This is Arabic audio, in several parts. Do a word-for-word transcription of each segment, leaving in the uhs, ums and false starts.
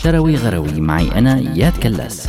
شروي غروي معي أنا إياد كلاس.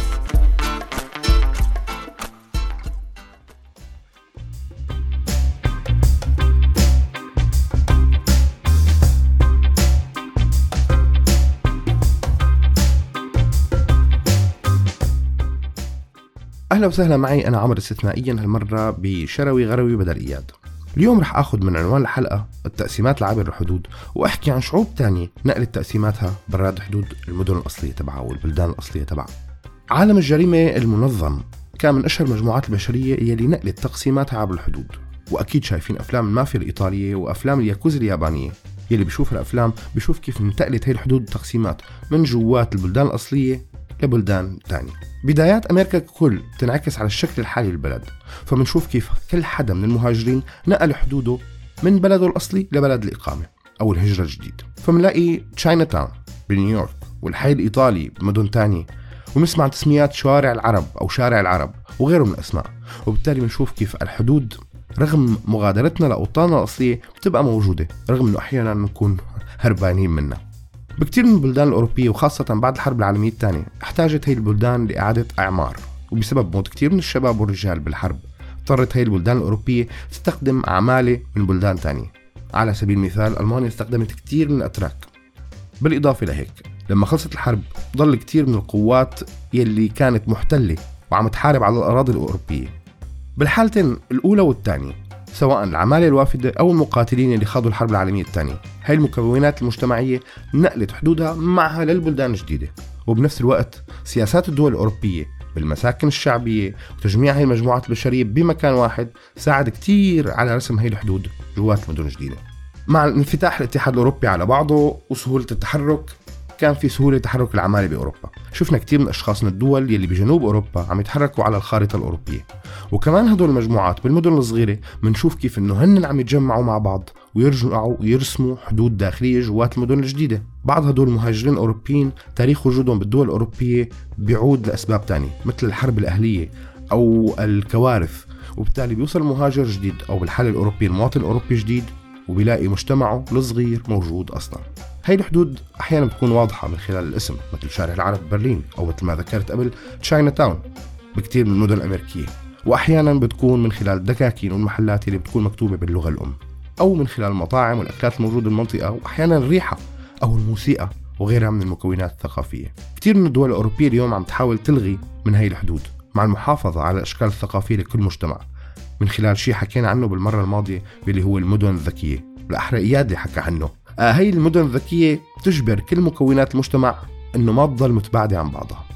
أهلا وسهلا معي أنا عمر استثنائيا هالمرة بشروي غروي بدل إياد. اليوم رح أخذ من عنوان الحلقة التقسيمات لعابر الحدود، وأحكي عن شعوب تانية نقلت تقسيماتها براد حدود المدن الأصلية تبعها والبلدان الأصلية تبعها. عالم الجريمة المنظم كان من أشهر المجموعات البشرية يلي نقلت تقسيماتها عبر الحدود، وأكيد شايفين أفلام المافيا الإيطالية وأفلام الياكوزا اليابانية. يلي بيشوف الأفلام بيشوف كيف انتقلت هاي الحدود تقسيمات من جوات البلدان الأصلية لبلدان تانية. بدايات أمريكا ككل تنعكس على الشكل الحالي للبلد، فمنشوف كيف كل حدا من المهاجرين نقل حدوده من بلده الأصلي لبلد الإقامة أو الهجرة الجديد. فمنلاقي تشاينا تاون بنيويورك والحي الإيطالي بمدن تانية، ونسمع تسميات شوارع العرب أو شارع العرب وغيره من الأسماء. وبالتالي بنشوف كيف الحدود رغم مغادرتنا لأوطاننا الأصلية بتبقى موجودة، رغم أنه أحيانا نكون هربانين منها. بكتير من البلدان الأوروبية وخاصة بعد الحرب العالمية الثانية احتاجت هاي البلدان لإعادة أعمار، وبسبب موت كتير من الشباب والرجال بالحرب اضطرت هاي البلدان الأوروبية تستخدم عمالة من بلدان تانية. على سبيل المثال ألمانيا استخدمت كتير من الأتراك. بالإضافة لهيك لما خلصت الحرب ضل كتير من القوات يلي كانت محتلة وعم تحارب على الأراضي الأوروبية. بالحالتين الأولى والثانية سواء العمالة الوافدة أو المقاتلين اللي خاضوا الحرب العالمية الثانية، هاي المكونات المجتمعية نقلت حدودها معها للبلدان الجديدة. وبنفس الوقت سياسات الدول الأوروبية بالمساكن الشعبية وتجميع هاي المجموعات البشرية بمكان واحد ساعد كتير على رسم هاي الحدود جوات المدن الجديدة. مع انفتاح الاتحاد الأوروبي على بعضه وسهولة التحرك كان في سهولة تحرك العمالة بأوروبا. شفنا كتير من أشخاص من الدول يلي بجنوب أوروبا عم يتحركوا على الخارطة الأوروبية، وكمان هدول المجموعات بالمدن الصغيرة منشوف كيف إنه هن عم يتجمعوا مع بعض ويرجعوا ويرسموا حدود داخلية جوات المدن الجديدة. بعض هدول المهاجرين الأوروبيين تاريخ وجودهم بالدول الأوروبية بيعود لأسباب تانية مثل الحرب الأهلية أو الكوارث، وبالتالي بيوصل المهاجر جديد أو بالحالة الأوروبية المواطن الأوروبي جديد وبيلاقي مجتمعه الصغير موجود أصلا. هاي الحدود أحيانا بتكون واضحة من خلال الاسم مثل شارع العرب برلين أو مثل ما ذكرت قبل تشاينا تاون بكتير من المدن الأمريكية، وأحيانا بتكون من خلال الدكاكين والمحلات اللي بتكون مكتوبة باللغة الأم، أو من خلال المطاعم والأكلات الموجودة بالمنطقة، وأحيانا الريحة أو الموسيقى وغيرها من المكونات الثقافية. كتير من الدول الأوروبية اليوم عم تحاول تلغي من هاي الحدود مع المحافظة على الأشكال الثقافية لكل مجتمع من خلال شيء حكينا عنه بالمرة الماضية اللي هو المدن الذكية. بالأحرى إياد اللي حكى عنه. آه هاي المدن الذكية تجبر كل مكونات المجتمع إنه ما تضل متباعدة عن بعضها.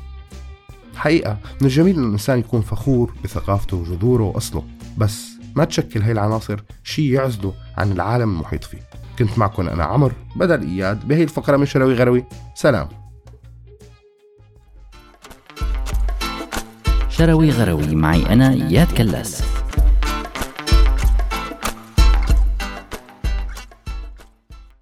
حقيقة من الجميل إن الإنسان يكون فخور بثقافته وجذوره وأصله، بس ما تشكل هاي العناصر شيء يعزله عن العالم المحيط فيه. كنت معكم أنا عمر بدل إياد بهي الفقرة من شروي غروي. سلام. شروي غروي معي أنا إياد كلاس.